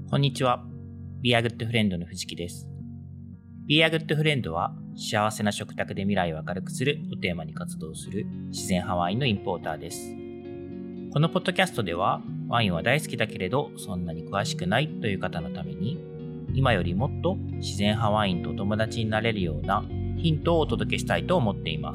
こんにちは。Be a Good Friend の藤木です。Be a Good Friend は幸せな食卓で未来を明るくするをテーマに活動する自然派ワインのインポーターです。このポッドキャストではワインは大好きだけれどそんなに詳しくないという方のために今よりもっと自然派ワインと友達になれるようなヒントをお届けしたいと思っています。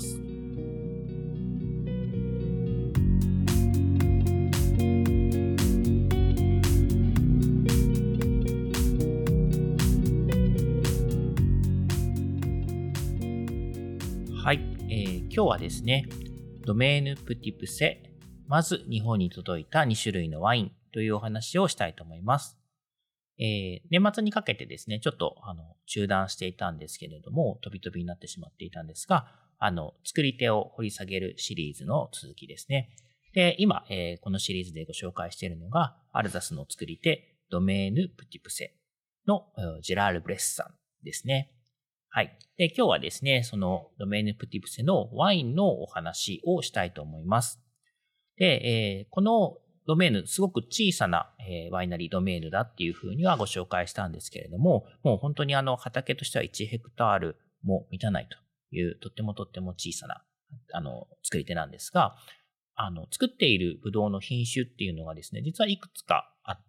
はい、今日はですね、ドメーヌ・プティプセ、まず日本に届いた2種類のワインというお話をしたいと思います。年末にかけてですね、ちょっと中断していたんですけれども、飛び飛びになってしまっていたんですが、作り手を掘り下げるシリーズの続きですね。で、今、このシリーズでご紹介しているのが、アルザスの作り手、ドメーヌ・プティプセのジェラール・ブレッサンですね。はい。で、今日はですね、そのドメーヌ・プティプセのワインのお話をしたいと思います。で、このドメーヌ、すごく小さな、ワイナリードメーヌだっていうふうにはご紹介したんですけれども、もう本当に畑としては1ヘクタールも満たないという、とっても小さな、作り手なんですが、作っているブドウの品種っていうのがですね、実はいくつかあって、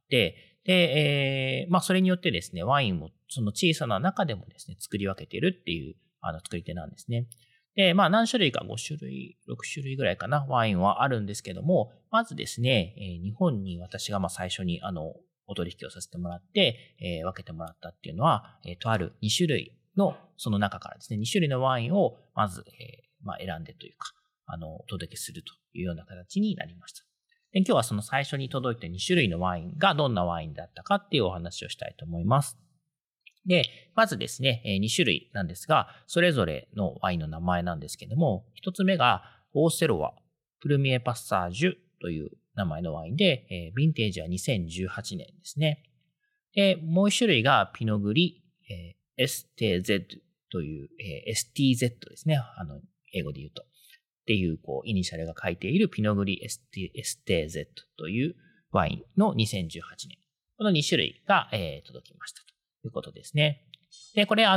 で、それによってですね、ワインをその小さな中でもですね、作り分けているっていう、作り手なんですね。で、何種類か5種類、6種類ぐらいかな、ワインはあるんですけども、まずですね、日本に私が最初に、お取引をさせてもらって、分けてもらったっていうのは、とある2種類の、その中からですね、2種類のワインを、まず、選んでというか、お届けするというような形になりました。で、今日はその最初に届いた2種類のワインがどんなワインだったかっていうお話をしたいと思います。で、まずですね、2種類なんですが、それぞれのワインの名前なんですけども、1つ目がオーセロワプルミエパッサージュという名前のワインで、ヴィンテージは2018年ですね。で、もう1種類がピノグリ、STZ という、STZ ですね。英語で言うと。っていう、イニシャルが書いているピノグリ STZ というワインの2018年。この2種類が、届きましたということですね。で、これ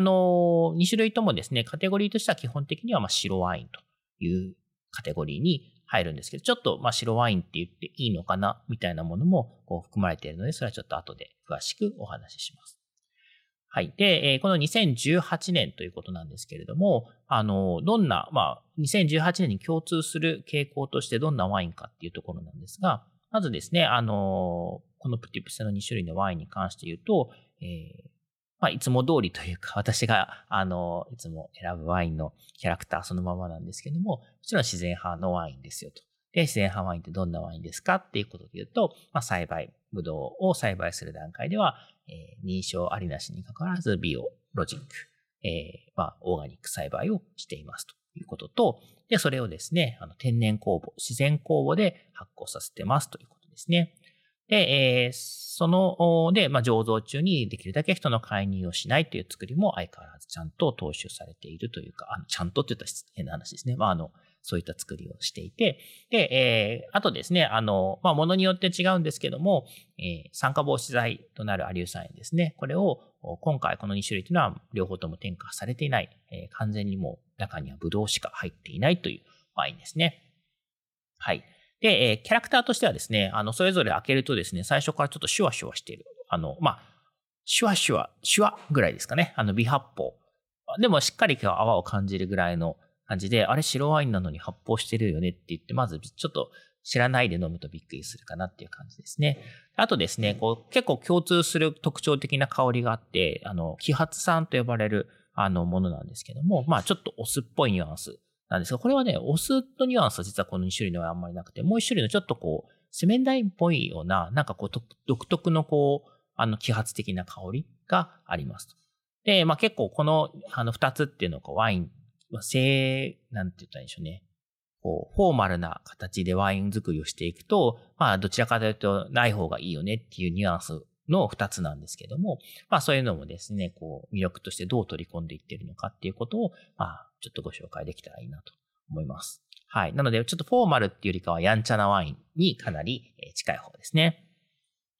2種類ともですね、カテゴリーとしては基本的には白ワインというカテゴリーに入るんですけど、ちょっと白ワインって言っていいのかなみたいなものも含まれているので、それはちょっと後で詳しくお話しします。はい。で、この2018年ということなんですけれども、どんな、2018年に共通する傾向としてどんなワインかっていうところなんですが、まずですね、このプティプセの2種類のワインに関して言うと、いつも通りというか、私が、いつも選ぶワインのキャラクターそのままなんですけども、もちろん自然派のワインですよと。で、自然派ワインってどんなワインですかっていうことで言うと、ブドウを栽培する段階では、認証ありなしにかかわらずビオ、ロジック、オーガニック栽培をしていますということと、で、それをですね、天然酵母、自然酵母で発酵させてますということですね。で、醸造中にできるだけ人の介入をしないという作りも相変わらずちゃんと踏襲されているというか、ちゃんとって言ったら変な話ですね。そういった作りをしていて、で、あとですね、ものによって違うんですけども、酸化防止剤となるアリューサインですね。これを、今回この2種類というのは両方とも添加されていない、完全にもう中にはブドウしか入っていないというワインですね。はい。で、キャラクターとしてはですね、それぞれ開けるとですね、最初からちょっとシュワシュワしている。シュワぐらいですかね。微発泡。でもしっかり泡を感じるぐらいの感じで、あれ白ワインなのに発泡してるよねって言って、まずちょっと知らないで飲むとびっくりするかなっていう感じですね。あとですね、結構共通する特徴的な香りがあって、揮発酸と呼ばれる、ものなんですけども、ちょっとお酢っぽいニュアンスなんですが、これはね、お酢のニュアンスは実はこの2種類のはあんまりなくて、もう1種類のちょっとセメンダインっぽいような、独特の揮発的な香りがありますと。で、結構この、2つっていうのがワイン、なんて言ったらいいんでしょうね。フォーマルな形でワイン作りをしていくと、どちらかというとない方がいいよねっていうニュアンスの2つなんですけども、そういうのもですね、魅力としてどう取り込んでいっているのかっていうことを、ちょっとご紹介できたらいいなと思います。はい。なので、ちょっとフォーマルっていうよりかはやんちゃなワインにかなり近い方ですね。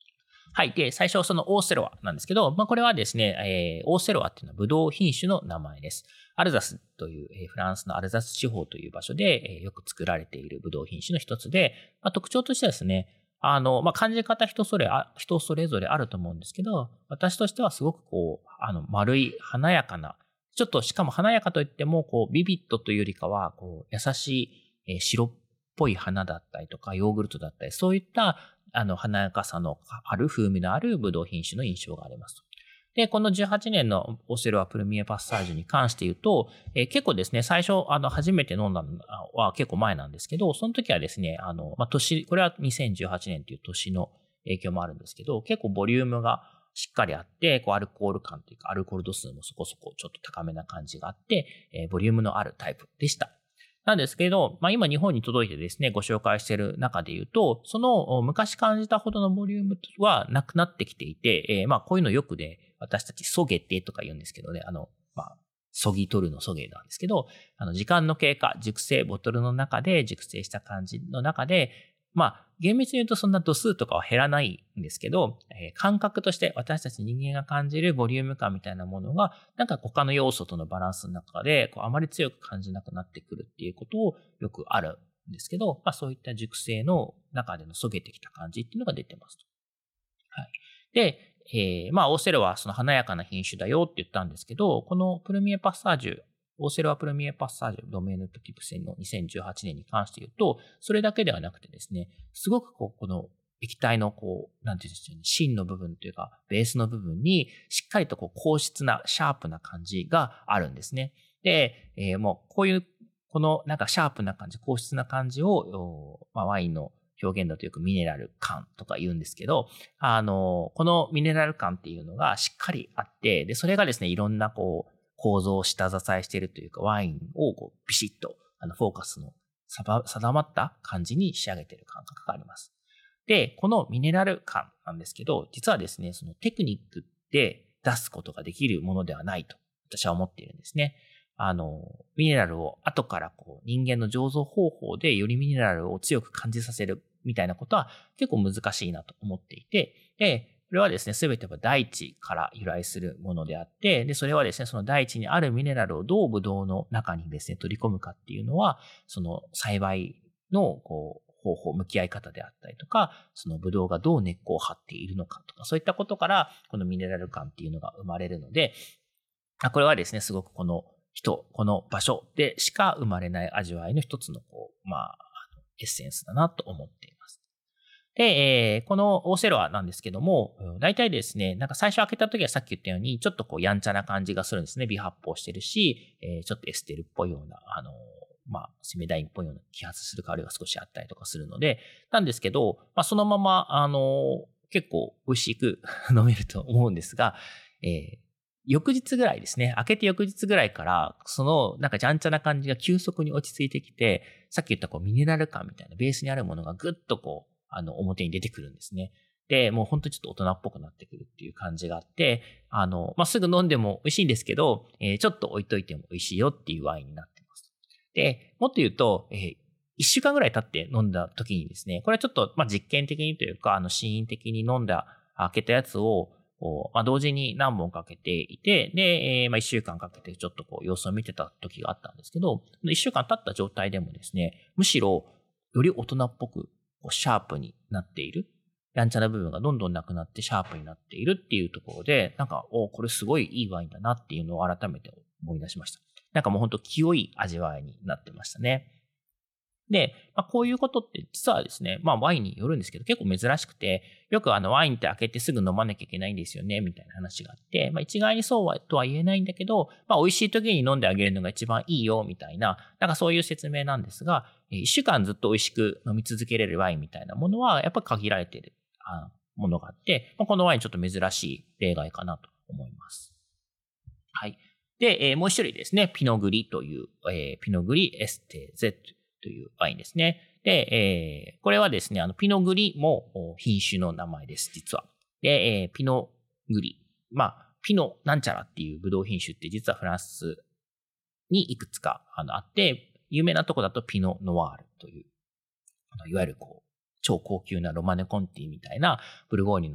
はい。で、最初そのオーセロアなんですけど、これはですね、オーセロアっていうのはブドウ品種の名前です。アルザスという、フランスのアルザス地方という場所で、よく作られているブドウ品種の一つで、特徴としてはですね、感じ方人それぞれあると思うんですけど、私としてはすごく丸い華やかな、ちょっとしかも華やかといっても、ビビッドというよりかは、優しい、白っぽい花だったりとか、ヨーグルトだったり、そういった華やかさのある風味のあるブドウ品種の印象があります。で、この18年のオセロアプルミエパッサージュに関して言うと、結構ですね、最初、初めて飲んだのは結構前なんですけど、その時はですね、これは2018年という年の影響もあるんですけど、結構ボリュームがしっかりあって、アルコール感というか、アルコール度数もそこそこちょっと高めな感じがあって、ボリュームのあるタイプでした。なんですけど、今日本に届いてですね、ご紹介している中で言うと、その昔感じたほどのボリュームはなくなってきていて、こういうのよくね、私たちそげてとか言うんですけどね、そぎ取るのそげなんですけど、時間の経過、熟成、ボトルの中で熟成した感じの中で、厳密に言うとそんな度数とかは減らないんですけど、感覚として私たち人間が感じるボリューム感みたいなものが、なんか他の要素とのバランスの中で、あまり強く感じなくなってくるっていうことをよくあるんですけど、そういった熟成の中でのそげてきた感じっていうのが出てますと。はい。で、オーセロはその華やかな品種だよって言ったんですけど、このプルミエパッサージュ、オーセロアプルミエパッサージュドメーヌプティプセンの2018年に関して言うと、それだけではなくてですね、すごくこの液体のなんていうんですかね、芯の部分というか、ベースの部分にしっかりと硬質な、シャープな感じがあるんですね。で、もうこういう、このなんかシャープな感じ、硬質な感じを、ワインの表現だとよくミネラル感とか言うんですけど、このミネラル感っていうのがしっかりあって、で、それがですね、いろんな構造を下支えしているというか、ワインをビシッと、フォーカスの定まった感じに仕上げている感覚があります。で、このミネラル感なんですけど、実はですね、そのテクニックで出すことができるものではないと、私は思っているんですね。ミネラルを後から人間の醸造方法でよりミネラルを強く感じさせるみたいなことは結構難しいなと思っていて、で、これはですね、すべては大地から由来するものであって、で、それはですね、その大地にあるミネラルをどうブドウの中にですね、取り込むかっていうのは、その栽培の方法、向き合い方であったりとか、そのブドウがどう根っこを張っているのかとか、そういったことから、このミネラル感っていうのが生まれるので、これはですね、すごくこの場所でしか生まれない味わいの一つのエッセンスだなと思っています。で、このオーセロアなんですけども、大体ですね、なんか最初開けた時はさっき言ったように、ちょっとやんちゃな感じがするんですね。微発泡してるし、ちょっとエステルっぽいような、セメダインっぽいような揮発する香りが少しあったりとかするので、なんですけど、そのまま、結構美味しく飲めると思うんですが、翌日ぐらいですね、開けて翌日ぐらいから、そのなんかジャンチャな感じが急速に落ち着いてきて、さっき言ったミネラル感みたいなベースにあるものがぐっと表に出てくるんですね。で、もう本当にちょっと大人っぽくなってくるっていう感じがあって、すぐ飲んでも美味しいんですけど、ちょっと置いといても美味しいよっていうワインになってます。で、もっと言うと、1週間ぐらい経って飲んだ時にですね、これはちょっと実験的にというか、試飲的に開けたやつを、同時に何本かけていて、で、1週間かけてちょっと様子を見てた時があったんですけど、1週間経った状態でもですね、むしろより大人っぽくシャープになっている。やんちゃな部分がどんどんなくなってシャープになっているっていうところで、なんか、これすごいいいワインだなっていうのを改めて思い出しました。なんかもう本当清い味わいになってましたね。で、こういうことって実はですね、ワインによるんですけど結構珍しくて、よくワインって開けてすぐ飲まなきゃいけないんですよね、みたいな話があって、一概にそうとは言えないんだけど、美味しい時に飲んであげるのが一番いいよ、みたいな、なんかそういう説明なんですが、1週間ずっと美味しく飲み続けれるワインみたいなものは、やっぱり限られているものがあって、このワインちょっと珍しい例外かなと思います。はい。で、もう一種類ですね、ピノグリという、ピノグリエステゼというワインですね。で、これはですね、ピノグリも品種の名前です、実は。で、ピノグリ。ピノなんちゃらっていうブドウ品種って実はフランスにいくつかあって、有名なとこだとピノノワールという、いわゆる超高級なロマネコンティみたいなブルゴーニュの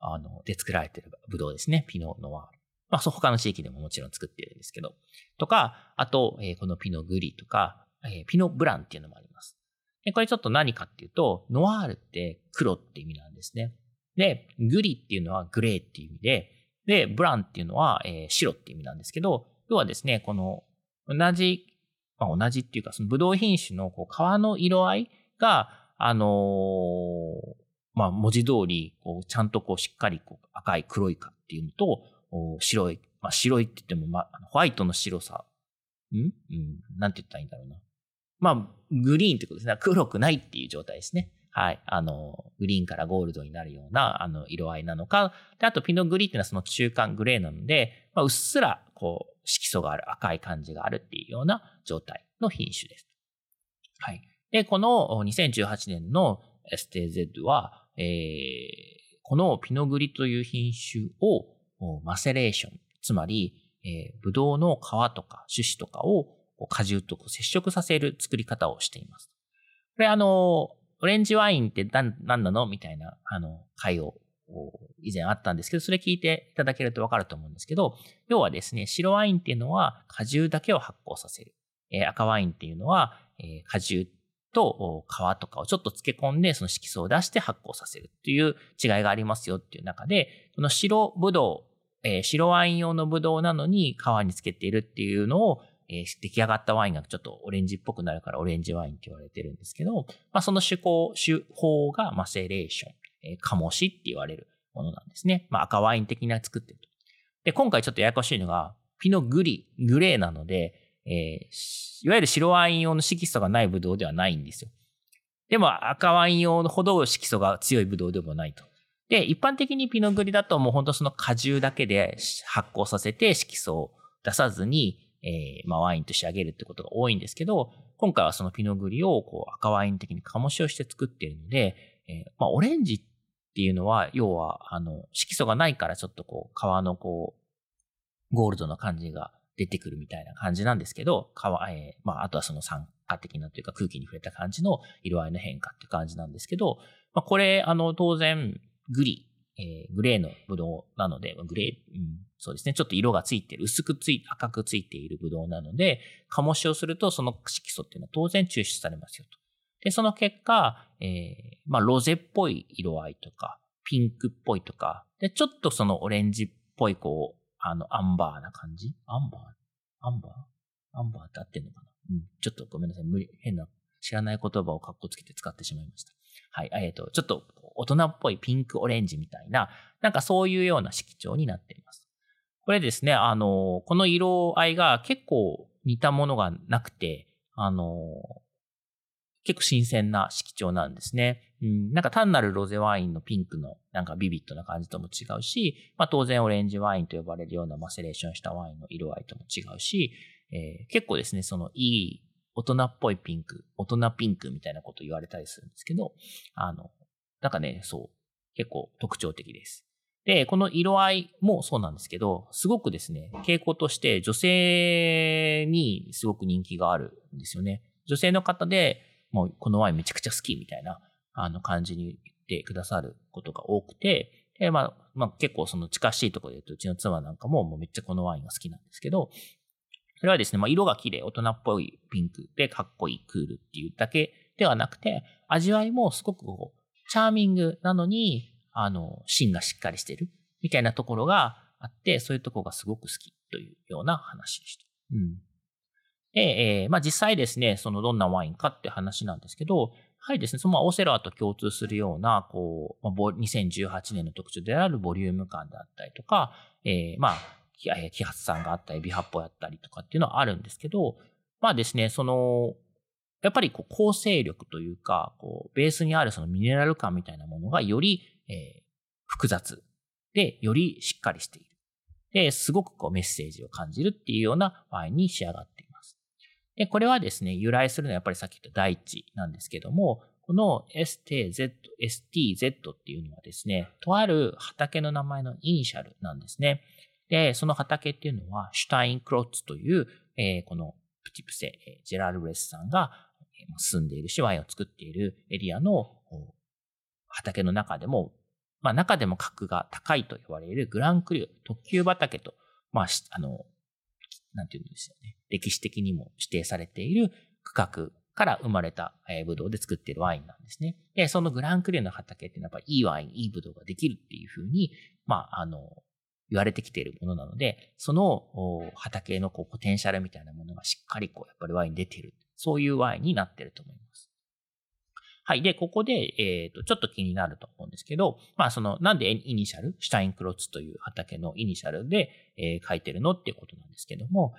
で作られているブドウですね。ピノノワール。まあ、他の地域でももちろん作っているんですけど。とか、あと、このピノグリとか、ピノブランっていうのもあります。で、これちょっと何かっていうと、ノワールって黒って意味なんですね。で、グリっていうのはグレーっていう意味で、ブランっていうのは、白っていう意味なんですけど、要はですね、この同じっていうか、そのブドウ品種のこう皮の色合いが、文字通り、こうちゃんとこうしっかりこう赤い黒いかっていうのと、白い、白いって言っても、ホワイトの白さ。なんて言ったらいいんだろうな。グリーンってことですね。黒くないっていう状態ですね。はい。グリーンからゴールドになるような、色合いなのか。で、あと、ピノグリーっていうのはその中間グレーなので、うっすら、こう、色素がある、赤い感じがあるっていうような状態の品種です。はい。で、この2018年の STZ は、このピノグリという品種をマセレーション、つまり、ブドウの皮とか種子とかを果汁と接触させる作り方をしています。これオレンジワインって何なのみたいな回を以前あったんですけど、それ聞いていただけるとわかると思うんですけど、要はですね、白ワインっていうのは果汁だけを発酵させる。赤ワインっていうのは果汁と皮とかをちょっと漬け込んでその色素を出して発酵させるっていう違いがありますよっていう中で、この白ブドウ、白ワイン用のブドウなのに皮につけているっていうのを、出来上がったワインがちょっとオレンジっぽくなるからオレンジワインって言われてるんですけど、その手法がマセレーション、醸しって言われるものなんですね。赤ワイン的な作ってると。で、今回ちょっとややこしいのが、ピノグレーなので、いわゆる白ワイン用の色素がないブドウではないんですよ。でも赤ワイン用ほど色素が強いブドウでもないと。で、一般的にピノグリだともう本当その果汁だけで発酵させて色素を出さずに、ワインと仕上げるってことが多いんですけど、今回はそのピノグリをこう赤ワイン的に醸しをして作っているので、オレンジっていうのは要は色素がないからちょっとこう皮のこうゴールドの感じが出てくるみたいな感じなんですけど、あとはその酸化的なというか空気に触れた感じの色合いの変化っていう感じなんですけど、これ当然グレーのブドウなので、そうですね。ちょっと色がついている、赤くついているブドウなので、醸しをするとその色素っていうのは当然抽出されますよと。で、その結果、ロゼっぽい色合いとか、ピンクっぽいとか、で、ちょっとそのオレンジっぽいこう、アンバーな感じ？アンバーって合ってんのかな？ちょっとごめんなさい。変な、知らない言葉をカッコつけて使ってしまいました。はい。ちょっと大人っぽいピンクオレンジみたいな、なんかそういうような色調になっています。これですね、この色合いが結構似たものがなくて、結構新鮮な色調なんですね。なんか単なるロゼワインのピンクのなんかビビッドな感じとも違うし、当然オレンジワインと呼ばれるようなマセレーションしたワインの色合いとも違うし、結構ですね、そのいい大人っぽいピンク、大人ピンクみたいなことを言われたりするんですけど、なんかね、結構特徴的です。で、この色合いもそうなんですけど、すごくですね、傾向として女性にすごく人気があるんですよね。女性の方で、もうこのワインめちゃくちゃ好きみたいな感じに言ってくださることが多くて、で結構その近しいところで言うとうちの妻なんかもうめっちゃこのワインが好きなんですけど、それはですね、色が綺麗、大人っぽいピンクでかっこいいクールっていうだけではなくて、味わいもすごくチャーミングなのに、芯がしっかりしてるみたいなところがあって、そういうところがすごく好きというような話でした。で、実際ですね、そのどんなワインかって話なんですけど、やはりですね、そのオセラーと共通するような、2018年の特徴であるボリューム感であったりとか、揮発酸があったり、微発泡やったりとかっていうのはあるんですけど、ですね、やっぱり構成力というか、ベースにあるそのミネラル感みたいなものがより、複雑で、よりしっかりしている。で、すごくメッセージを感じるっていうようなワインに仕上がっています。で、これはですね、由来するのはやっぱりさっき言った大地なんですけども、この STZ っていうのはですね、とある畑の名前のイニシャルなんですね。で、その畑っていうのは、シュタインクロッツという、このプティプセ、ジェラルレスさんが住んでいるし、ワインを作っているエリアの畑の中でも、 中でも格が高いと言われるグランクリュ特級畑と、なんていうんですよね。歴史的にも指定されている区画から生まれたブドウで作っているワインなんですね。で、そのグランクリュの畑っていうのはやっぱりいいワイン、いいブドウができるっていうふうに、言われてきているものなので、その畑のポテンシャルみたいなものがしっかりやっぱりワインに出ている。そういうワインになっていると思います。はい。で、ここで、ちょっと気になると思うんですけど、なんでイニシャル、シュタインクロッツという畑のイニシャルで、書いてるのっていうことなんですけども、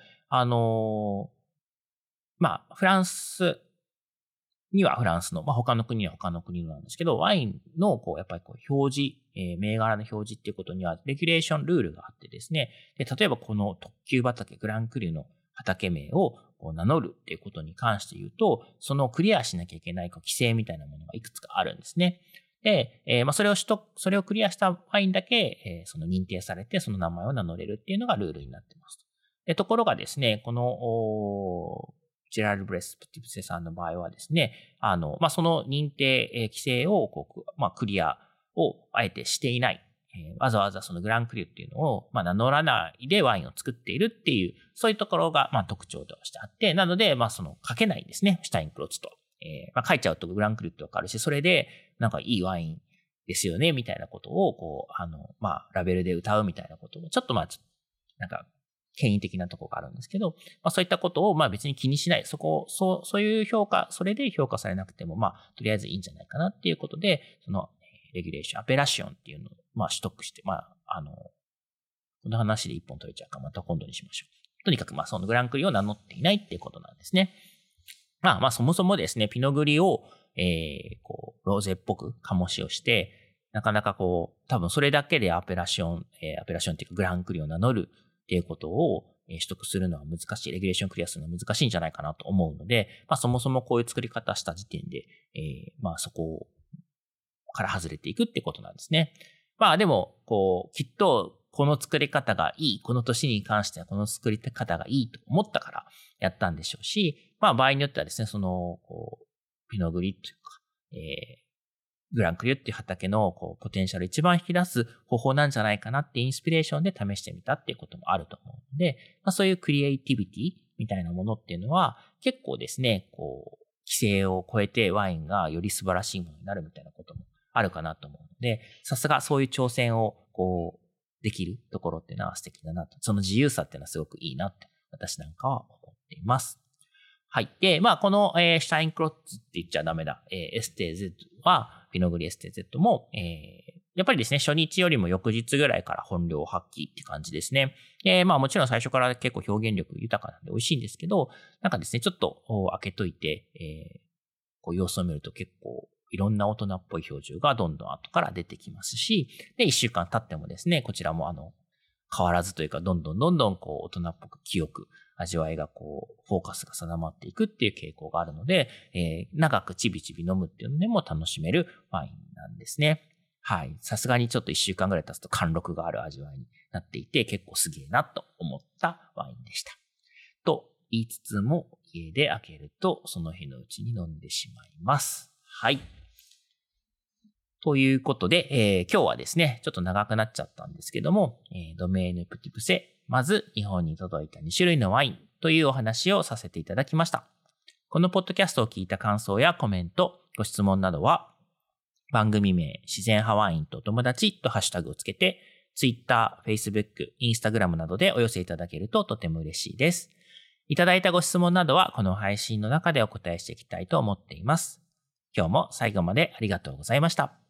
フランスにはフランスの、他の国には他の国なんですけど、ワインの、やっぱり表示、銘柄の表示っていうことには、レギュレーションルールがあってですね、で、例えばこの特級畑、グランクリュの畑名を名乗るっていうことに関して言うと、そのクリアしなきゃいけない規制みたいなものがいくつかあるんですね。で、それをクリアしたワインだけ、その認定されて、その名前を名乗れるっていうのがルールになっています。で、ところがですね、この、ジェラル・ブレス・プティプセさんの場合はですね、その認定、規制をクリアをあえてしていない。わざわざそのグランクリュっていうのを、名乗らないでワインを作っているっていう、そういうところが、特徴としてあって、なので、書けないんですね。シュタインクロッツと。書いちゃうとグランクリュってわかるし、それで、いいワインですよね、みたいなことを、ラベルで歌うみたいなことを、ちょっと権威的なところがあるんですけど、そういったことを、別に気にしない。そういう評価、それで評価されなくても、とりあえずいいんじゃないかなっていうことで、その、レギュレーション、アペラシオンっていうのを、取得して、この話で一本取れちゃうから、また今度にしましょう。とにかく、そのグランクリを名乗っていないっていうことなんですね。そもそもですね、ピノグリを、ローゼっぽく醸しをして、なかなか多分それだけでアペラションっていうかグランクリを名乗るっていうことを取得するのは難しい、レギュレーションクリアするのは難しいんじゃないかなと思うので、そもそもこういう作り方した時点で、そこから外れていくってことなんですね。でも、きっと、この作り方がいい、この年に関してはこの作り方がいいと思ったからやったんでしょうし、場合によってはですね、その、ピノグリというか、グランクリュっていう畑のポテンシャル一番引き出す方法なんじゃないかなってインスピレーションで試してみたっていうこともあると思うので、そういうクリエイティビティみたいなものっていうのは結構ですね、規制を超えてワインがより素晴らしいものになるみたいなこともあるかなと思うので、さすがそういう挑戦をできるところっていうのは素敵だなと。その自由さっていうのはすごくいいなって私なんかは思っています。はい。で、この、シュタインクロッツって言っちゃダメだ。STZ は、ピノグリ STZ も、やっぱりですね、初日よりも翌日ぐらいから本領発揮って感じですね。もちろん最初から結構表現力豊かなんで美味しいんですけど、ですね、ちょっと開けといて、様子を見ると結構いろんな大人っぽい表情がどんどん後から出てきますし、で、1週間経ってもですね、こちらも変わらずというか、どんどん大人っぽく清く味わいがフォーカスが定まっていくっていう傾向があるので、長くちびちび飲むっていうのでも楽しめるワインなんですね。はい。さすがにちょっと1週間ぐらい経つと貫禄がある味わいになっていて、結構すげえなと思ったワインでした。と言いつつも、家で開けるとその日のうちに飲んでしまいます。はい。ということで、今日はですね、ちょっと長くなっちゃったんですけども、ドメーヌ・プティプセ、まず日本に届いた2種類のワインというお話をさせていただきました。このポッドキャストを聞いた感想やコメント、ご質問などは、番組名、自然派ワインと友達とハッシュタグをつけて、Twitter、Facebook、Instagram などでお寄せいただけるととても嬉しいです。いただいたご質問などは、この配信の中でお答えしていきたいと思っています。今日も最後までありがとうございました。